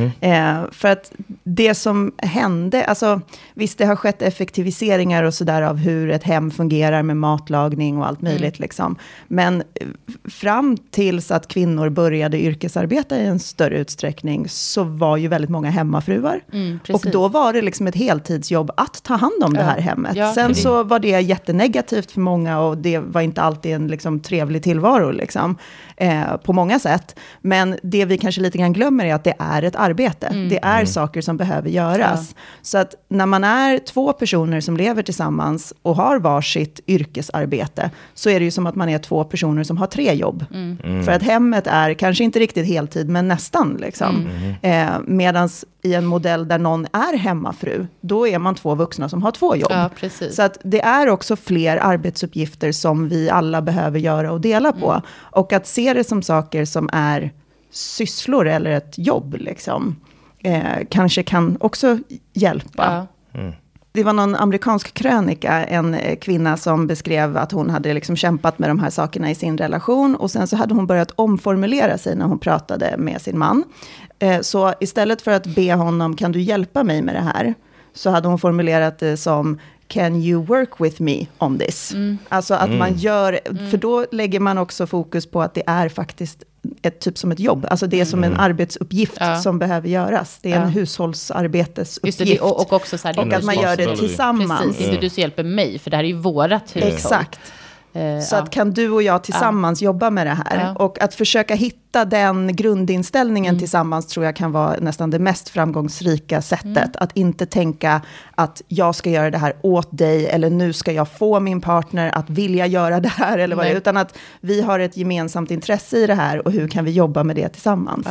För att det som hände, alltså visst det har skett effektiviseringar och sådär av hur ett hem fungerar med matlagning och allt möjligt liksom. Men fram tills att kvinnor började yrkesarbeta i en större utsträckning så var ju väldigt många hemmafruar. Och då var det liksom ett heltidsjobb att ta hand om det här hemmet. Ja, sen så var det jättenegativt för många och det var inte alltid en liksom trevlig tillvaro liksom, på många sätt. Men det vi kanske lite grann glömmer är att det är ett arbete. Det är saker som behöver göras. Så att när man är två personer som lever tillsammans och har varsitt yrkesarbete så är det ju som att man är två personer som har 3 jobb. För att hemmet är kanske inte riktigt heltid men nästan liksom. Medans i en modell där någon är hemmafru, då är man 2 vuxna som har 2 jobb. Ja, precis. Så att det är också fler arbetsuppgifter som vi alla behöver göra och dela på. Och att se det som saker som är sysslor eller ett jobb liksom, kanske kan också hjälpa. Det var någon amerikansk krönika, en kvinna som beskrev att hon hade liksom kämpat med de här sakerna i sin relation. Och sen så hade hon börjat omformulera sig när hon pratade med sin man. Så istället för att be honom, kan du hjälpa mig med det här? Så hade hon formulerat det som, can you work with me on this? Alltså att man gör, för då lägger man också fokus på att det är faktiskt typ som ett jobb. Alltså det är som en arbetsuppgift som behöver göras. Det är en hushållsarbetesuppgift. Just det, och också så här, och att man gör det tillsammans. Precis, det är du som hjälper mig, för det här är ju vårat hushåll. Exakt. Så att kan du och jag tillsammans jobba med det här. Och att försöka hitta den grundinställningen tillsammans tror jag kan vara nästan det mest framgångsrika sättet. Att inte tänka att jag ska göra det här åt dig, eller nu ska jag få min partner att vilja göra det här, eller vad det är, utan att vi har ett gemensamt intresse i det här och hur kan vi jobba med det tillsammans.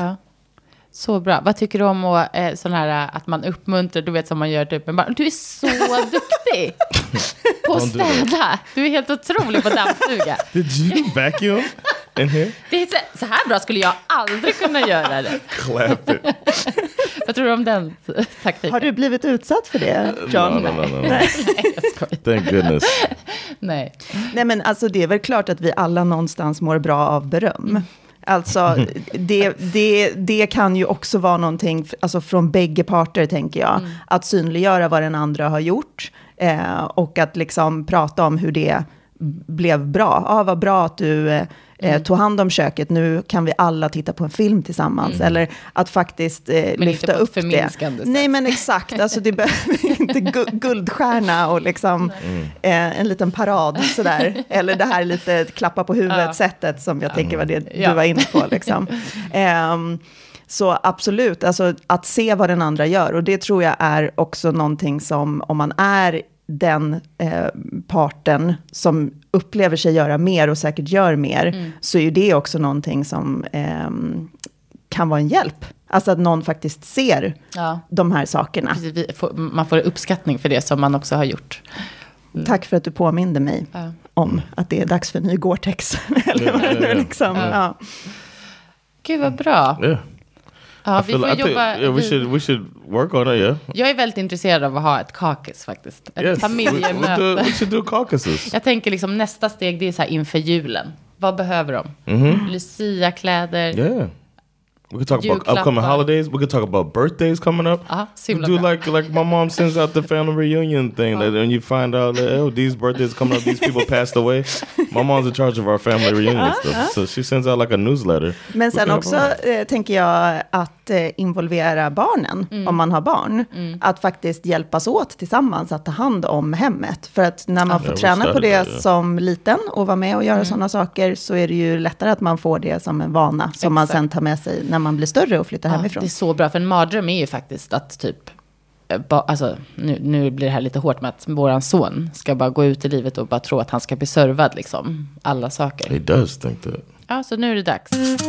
Så bra. Vad tycker du om sån här, att man uppmuntrar, du vet som man gör typ, men bara, du är så duktig på att städa. Du är helt otrolig på att dammsuga. Did you vacuum in here? Det är så här bra skulle jag aldrig kunna göra det. Clap it. Vad tror du om den taktiken? Har du blivit utsatt för det, John? No. Nej, jag skojar. Thank goodness. Nej, men alltså det är väl klart att vi alla någonstans mår bra av beröm. Alltså det kan ju också vara någonting, alltså från bägge parter tänker jag, att synliggöra vad den andra har gjort och att liksom prata om hur det blev bra. Vad bra att du tog hand om köket. Nu kan vi alla titta på en film tillsammans. Eller att faktiskt lyfta upp det. Nej, men exakt. Alltså, det behöver inte guldstjärna och liksom en liten parad sådär. Eller det här lite klappa på huvudet-sättet som jag tänker var det du var inne på. Liksom. Så absolut, alltså att se vad den andra gör. Och det tror jag är också någonting som, om man är den parten som upplever sig göra mer och säkert gör mer, så är ju det också någonting som kan vara en hjälp. Alltså att någon faktiskt ser de här sakerna. Precis, man får uppskattning för det som man också har gjort. Tack för att du påminde mig om att det är dags för ny Gore-Tex. Eller vad det är liksom. Gud vad bra. Ja, vi får jobba. We should work on it, yeah. Jag är väldigt intresserad av att ha ett caucus faktiskt. Ett familjemöte. We should do caucuses. Jag tänker liksom nästa steg, det är så här inför julen. Vad behöver de? Lucia-kläder. Yeah. We could talk about upcoming holidays. We could talk about birthdays coming up. We do like my mom sends out the family reunion thing. That when you find out that these birthdays coming up, these people passed away. My mom's in charge of our family reunion stuff, so she sends out like a newsletter. Men sen också tänker jag att involvera barnen, om man har barn, att faktiskt hjälpas åt tillsammans att ta hand om hemmet. För att när man får träna på det som liten och vara med och göra sådana saker, så är det ju lättare att man får det som en vana som man sen tar med sig när man blir större och flyttar hemifrån. Det är så bra, för en mardröm är ju faktiskt att typ alltså, nu blir det här lite hårt med att våran son ska bara gå ut i livet och bara tro att han ska bli servad liksom, alla saker. He does think that. Ja, så nu är det dags.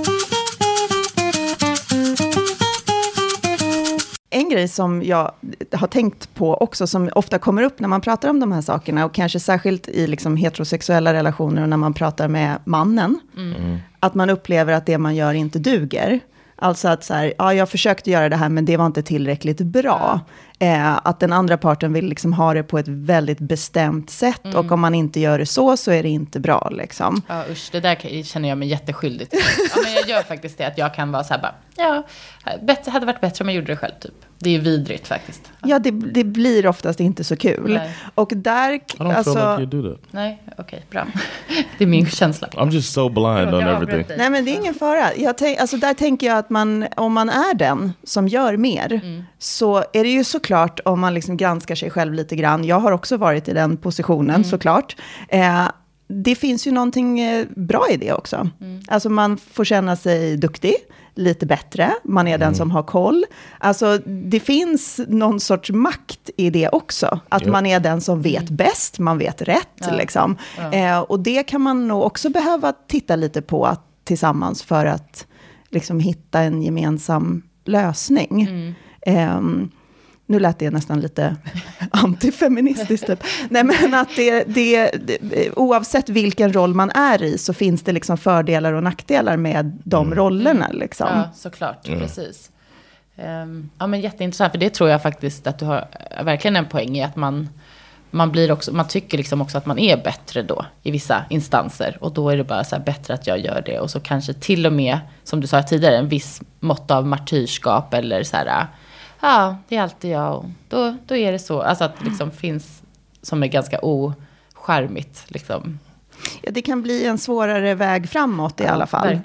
En grej som jag har tänkt på också, som ofta kommer upp när man pratar om de här sakerna, och kanske särskilt i liksom heterosexuella relationer och när man pratar med mannen, att man upplever att det man gör inte duger. Alltså att så här, jag försökte göra det här men det var inte tillräckligt bra. Att den andra parten vill liksom ha det på ett väldigt bestämt sätt, och om man inte gör det så är det inte bra liksom. Ja, usch, det där känner jag mig jätteskyldig till. Ja, men jag gör faktiskt det, att jag kan vara så här bara, hade varit bättre om jag gjorde det själv typ. Det är ju vidrigt faktiskt. Ja, det blir oftast inte så kul. Nej. Och där, I don't feel like you do that. Nej, okej, bra. Det är min känsla. I'm just so blind on everything. Nej, men det är ingen fara. Alltså där tänker jag att om man är den som gör mer, så är det ju såklart, om man liksom granskar sig själv lite grann. Jag har också varit i den positionen såklart. Det finns ju någonting bra i det också. Alltså man får känna sig duktig, lite bättre. Man är den som har koll. Alltså det finns någon sorts makt i det också. Att man är den som vet bäst, man vet rätt liksom. Och det kan man nog också behöva titta lite på tillsammans för att liksom hitta en gemensam lösning. Nu lät det nästan lite antifeministiskt. Typ. Nej, men att det, oavsett vilken roll man är i, så finns det liksom fördelar och nackdelar med de rollerna. Liksom. Ja, såklart. Precis. Ja, men jätteintressant. För det tror jag faktiskt att du har verkligen en poäng i, att man blir också, man tycker liksom också att man är bättre då i vissa instanser, och då är det bara så här bättre att jag gör det, och så kanske till och med, som du sa tidigare, en viss mått av martyrskap, eller så här, det är alltid jag, och då är det så, alltså att det liksom finns, som är ganska ocharmigt liksom. Ja, det kan bli en svårare väg framåt i alla fall.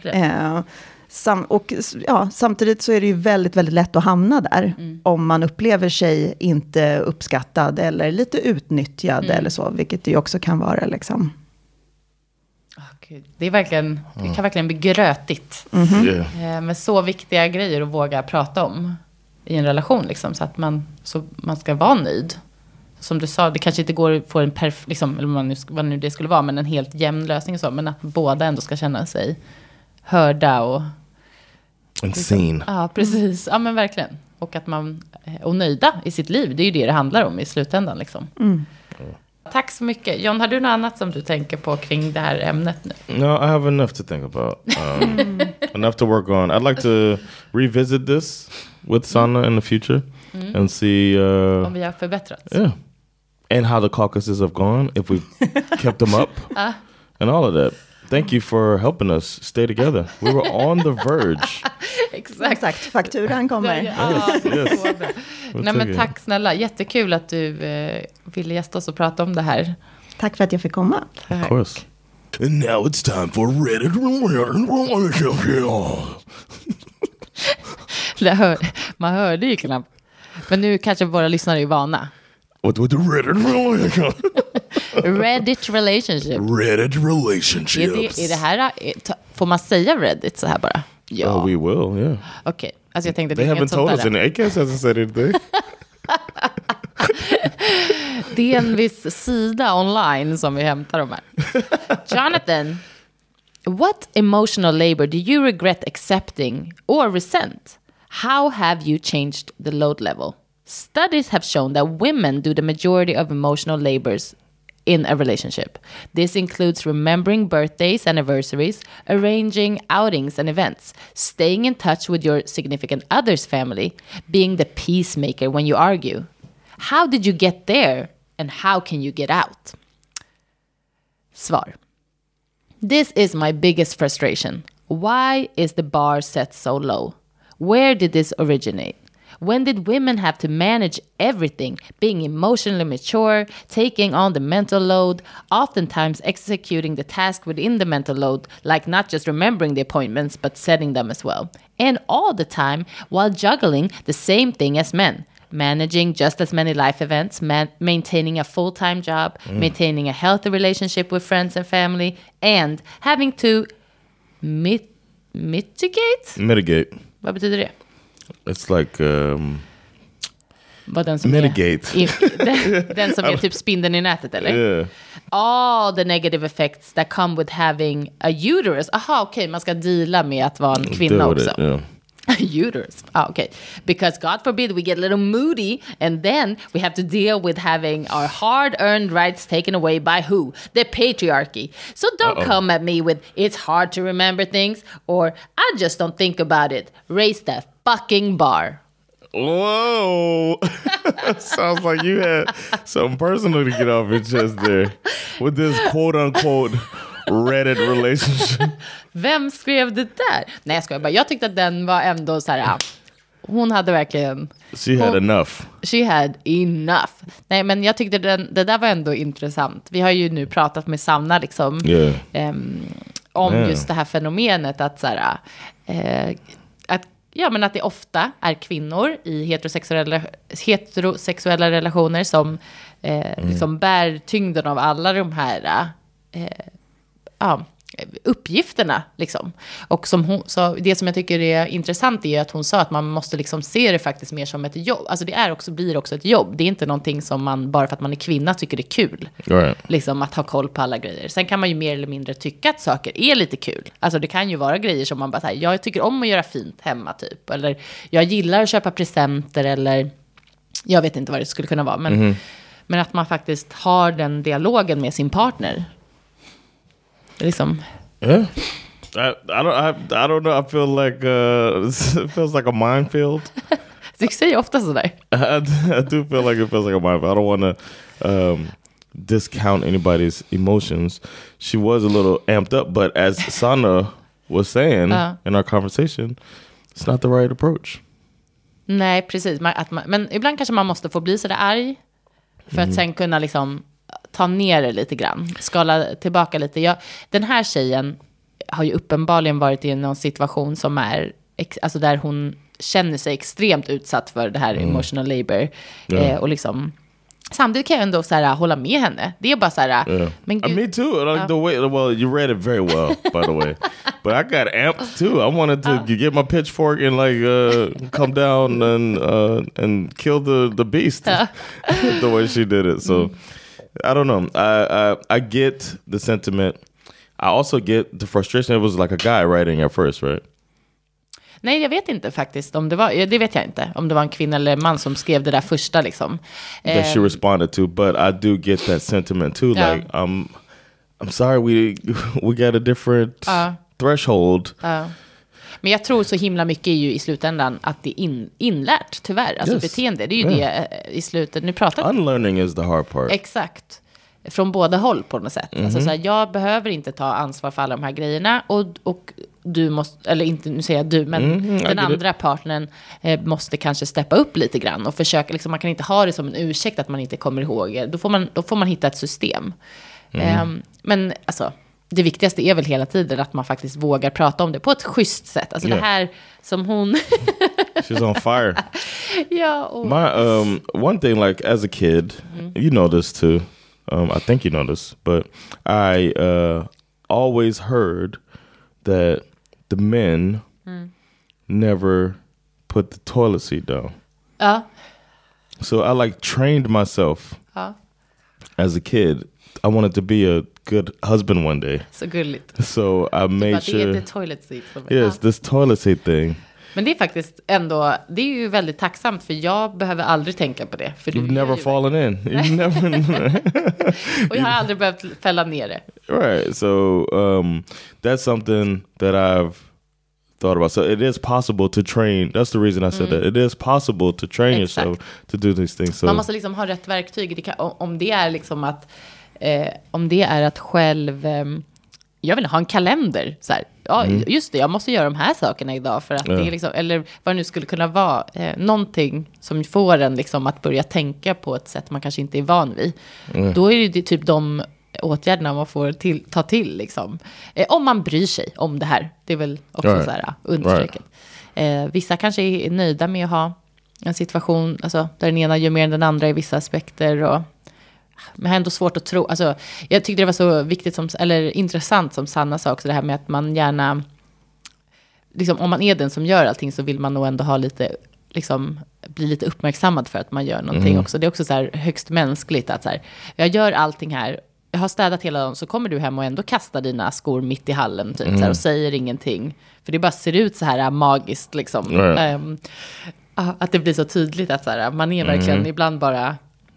Samtidigt så är det ju väldigt, väldigt lätt att hamna där. Om man upplever sig inte uppskattad eller lite utnyttjad eller så. Vilket det ju också kan vara liksom. Gud. Det kan verkligen bli grötigt. Med så viktiga grejer att våga prata om i en relation liksom. Så att man ska vara nöjd. Som du sa, det kanske inte går att få en liksom, eller vad nu det skulle vara, men en helt jämn lösning och så. Men att båda ändå ska känna sig hörda och seen. Ja, precis. Ja, men verkligen. Och att man är nöjda i sitt liv. Det är ju det handlar om i slutändan liksom. Tack så mycket. John, har du något annat som du tänker på kring det här ämnet nu? No, I have enough to think about. Enough to work on. I'd like to revisit this with Sanna in the future and see om vi har förbättrats. Yeah. And how the caucuses have gone, if we've kept them up and all of that. Thank you for helping us stay together. We were on the verge. Exakt. Fakturan kommer. Nej, men tack snälla. Jättekul att du ville gästa oss och prata om det här. Tack för att jag fick komma. Of course. And now it's time for Reddit. Man hörde ju knappt. Men nu kanske våra lyssnare är vana. What the Reddit? Reddit relationship. Reddit relationships. Är det här, får man säga Reddit så här bara? Ja. Oh, we will, yeah. Okej, alltså jag tänkte... They haven't told us, and Acast hasn't said anything. Det är en viss sida online som vi hämtar de här. Jonathan, what emotional labor do you regret accepting or resent? How have you changed the load level? Studies have shown that women do the majority of emotional labors in a relationship. This includes remembering birthdays, anniversaries, arranging outings and events, staying in touch with your significant other's family, being the peacemaker when you argue. How did you get there and how can you get out? Svar. This is my biggest frustration. Why is the bar set so low? Where did this originate? When did women have to manage everything, being emotionally mature, taking on the mental load, oftentimes executing the task within the mental load, like not just remembering the appointments, but setting them as well. And all the time while juggling the same thing as men, managing just as many life events, maintaining a full-time job, maintaining a healthy relationship with friends and family, and having to mitigate? Vad betyder det? It's like den som mitigate. Den som är typ spindeln i nätet, eller? Yeah. All the negative effects that come with having a uterus. Aha, okej, man ska deala med att vara en kvinna också. Yeah. Uterus. Okay. Because God forbid we get a little moody and then we have to deal with having our hard-earned rights taken away by who? The patriarchy. So don't come at me with it's hard to remember things or I just don't think about it. Raise the fucking bar. Whoa. Sounds like you had something personal to get off your chest there with this quote-unquote Reddit relationship. Vem skrev det där? Nej, jag skojar bara. Jag tyckte att den var ändå så här... Hon hade verkligen... She had enough. She had enough. Nej, men jag tyckte det där var ändå intressant. Vi har ju nu pratat med Sanna liksom... om just det här fenomenet att så här... att det ofta är kvinnor i heterosexuella relationer som liksom bär tyngden av alla de här... uppgifterna liksom. Och som hon sa, det som jag tycker är intressant är att hon sa att man måste liksom se det faktiskt mer som ett jobb. Alltså det blir också ett jobb. Det är inte någonting som man bara för att man är kvinna tycker det är kul. Right. Liksom att ha koll på alla grejer. Sen kan man ju mer eller mindre tycka att saker är lite kul. Alltså det kan ju vara grejer som man bara säger, jag tycker om att göra fint hemma typ. Eller jag gillar att köpa presenter eller jag vet inte vad det skulle kunna vara. Men att man faktiskt har den dialogen med sin partner. Liksom. Yeah. I don't know. I feel like it feels like a minefield. Du säger ofta sådär. I do feel like it feels like a minefield. I don't want to discount anybody's emotions. She was a little amped up, but as Sana was saying in our conversation, it's not the right approach. Nej, precis. Men ibland kanske man måste få bli så där arg för att sen kunna liksom ta ner det lite grann, skala tillbaka lite. Den här tjejen har ju uppenbarligen varit i någon situation som är, alltså där hon känner sig extremt utsatt för det här emotional labor. Och liksom, samtidigt kan jag ändå så här, hålla med henne. Det är bara så här, men gud, me too. Like the way, well, you read it very well, by the way. But I got amped too. I wanted to get my pitchfork and like come down and kill the beast the way she did it. So I don't know. I get the sentiment. I also get the frustration. It was like a guy writing at first, right? Nej, jag vet inte faktiskt om det var, det vet jag inte om det var en kvinna eller en man som skrev det där första liksom. That she responded to, but I do get that sentiment too. Like I'm sorry, we got a different threshold. Men jag tror så himla mycket är ju i slutändan att det är inlärt, tyvärr. Alltså beteende, det är ju det i slutet. Nu pratar unlearning is the hard part. Exakt. Från båda håll på något sätt. Alltså så här, jag behöver inte ta ansvar för alla de här grejerna. du måste, eller inte nu säger jag du, men den andra partnern måste kanske steppa upp lite grann och försöka, liksom, man kan inte ha det som en ursäkt att man inte kommer ihåg. Då får man hitta ett system. Men alltså, det viktigaste är väl hela tiden att man faktiskt vågar prata om det på ett schysst sätt. Alltså det här som hon... She's on fire. One thing, like as a kid, you know this too. I think you know this, but I always heard that the men never put the toilet seat down. So I like trained myself as a kid. I wanted to be a good husband one day. Så gulligt. So I made sure... Det är toilet seat. Yes, this toilet seat thing. Men det är faktiskt ändå, det är ju väldigt tacksamt, för jag behöver aldrig tänka på det. För You've never fallen in. You've never... Och jag har aldrig behövt fälla ner det. Right, so that's something that I've thought about. So it is possible to train. That's the reason I said that. It is possible to train yourself to do these things. So. Man måste liksom ha rätt verktyg. Det kan, om det är liksom att om det är att själv jag vill ha en kalender så här. Ja, just det, jag måste göra de här sakerna idag för att det är liksom, eller vad det nu skulle kunna vara, någonting som får en liksom att börja tänka på ett sätt man kanske inte är van vid. Då är det typ de åtgärderna man får ta till liksom. Om man bryr sig om det här. Det är väl också så här understryket. Vissa kanske är nöjda med att ha en situation alltså, där den ena gör mer än den andra i vissa aspekter och men jag har ändå svårt att tro, alltså, jag tyckte det var så viktigt eller intressant som Sanna sa också, det här med att man gärna liksom, om man är den som gör allting så vill man nog ändå ha lite liksom, bli lite uppmärksammad för att man gör någonting också. Det är också så här högst mänskligt att så här, jag gör allting här, jag har städat hela dagen, så kommer du hem och ändå kastar dina skor mitt i hallen typ, så här, och säger ingenting, för det bara ser ut så här magiskt liksom. Att det blir så tydligt att så här, man är verkligen ibland bara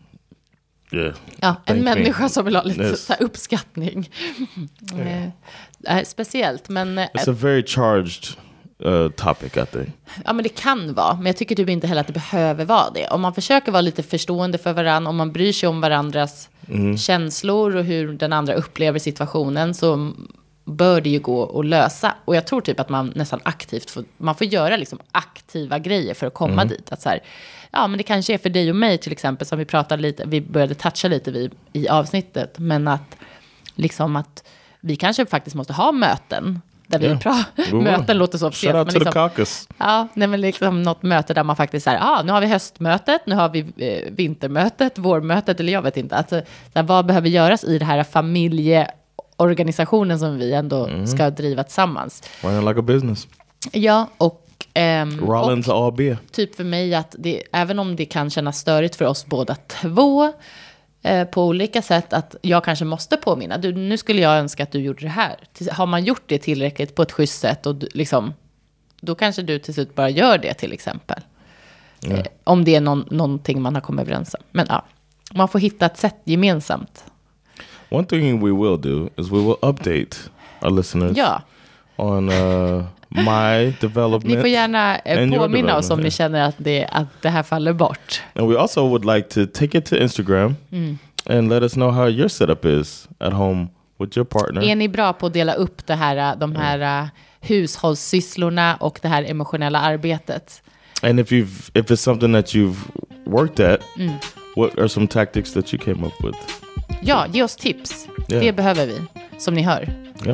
en människa som vill ha lite så här uppskattning. Speciellt, men... It's a very charged topic, I think. Ja, men det kan vara. Men jag tycker typ inte heller att det behöver vara det. Om man försöker vara lite förstående för varandra, om man bryr sig om varandras känslor och hur den andra upplever situationen, så bör det ju gå att lösa. Och jag tror typ att man nästan aktivt man får göra liksom aktiva grejer för att komma dit. Att så här, ja, men det kanske är för dig och mig till exempel, som vi började toucha lite i avsnittet, men att liksom att vi kanske faktiskt måste ha möten där vi möten låter så officiellt, men liksom, men liksom något möte där man faktiskt säger, nu har vi höstmötet, nu har vi vintermötet, vårmötet, eller jag vet inte, alltså, vad behöver göras i det här familjeorganisationen som vi ändå ska driva tillsammans. Running like a business. Ja, och Rollins AB. Typ för mig att även om det kan kännas störigt för oss båda två på olika sätt, att jag kanske måste påminna, nu skulle jag önska att du gjorde det här. Har man gjort det tillräckligt på ett schysst sätt, och liksom, då kanske du till slut bara gör det till exempel. Om det är någonting man har kommit överens om. Men man får hitta ett sätt gemensamt. One thing we will do is we will update our listeners on my development. Ni får gärna påminna oss om ni känner att det här faller bort. And we also would like to take it to Instagram and let us know how your setup is at home with your partner. Är ni bra på att dela upp de här hushållssysslorna och det här emotionella arbetet? And if it's something that you've worked at, what are some tactics that you came up with? Ja, ge oss tips. Det behöver vi, som ni hör.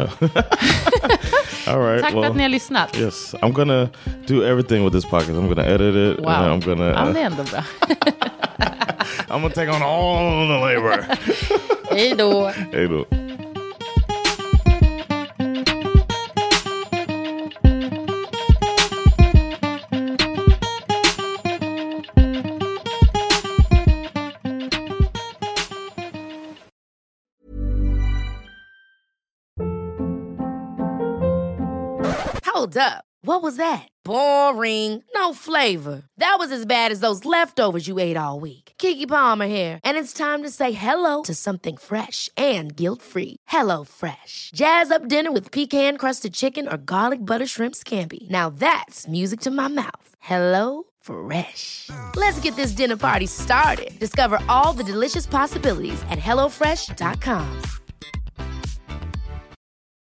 All right. Tack för att ni har lyssnat. Yes, I'm gonna do everything with this podcast. I'm gonna edit it. Wow. And I'm gonna. Det är ändå bra. I'm gonna take on all the labor. Hej då. Hej då. Hold up. What was that? Boring. No flavor. That was as bad as those leftovers you ate all week. Keke Palmer here, and it's time to say hello to something fresh and guilt-free. Hello Fresh. Jazz up dinner with pecan-crusted chicken or garlic butter shrimp scampi. Now that's music to my mouth. Hello Fresh. Let's get this dinner party started. Discover all the delicious possibilities at HelloFresh.com.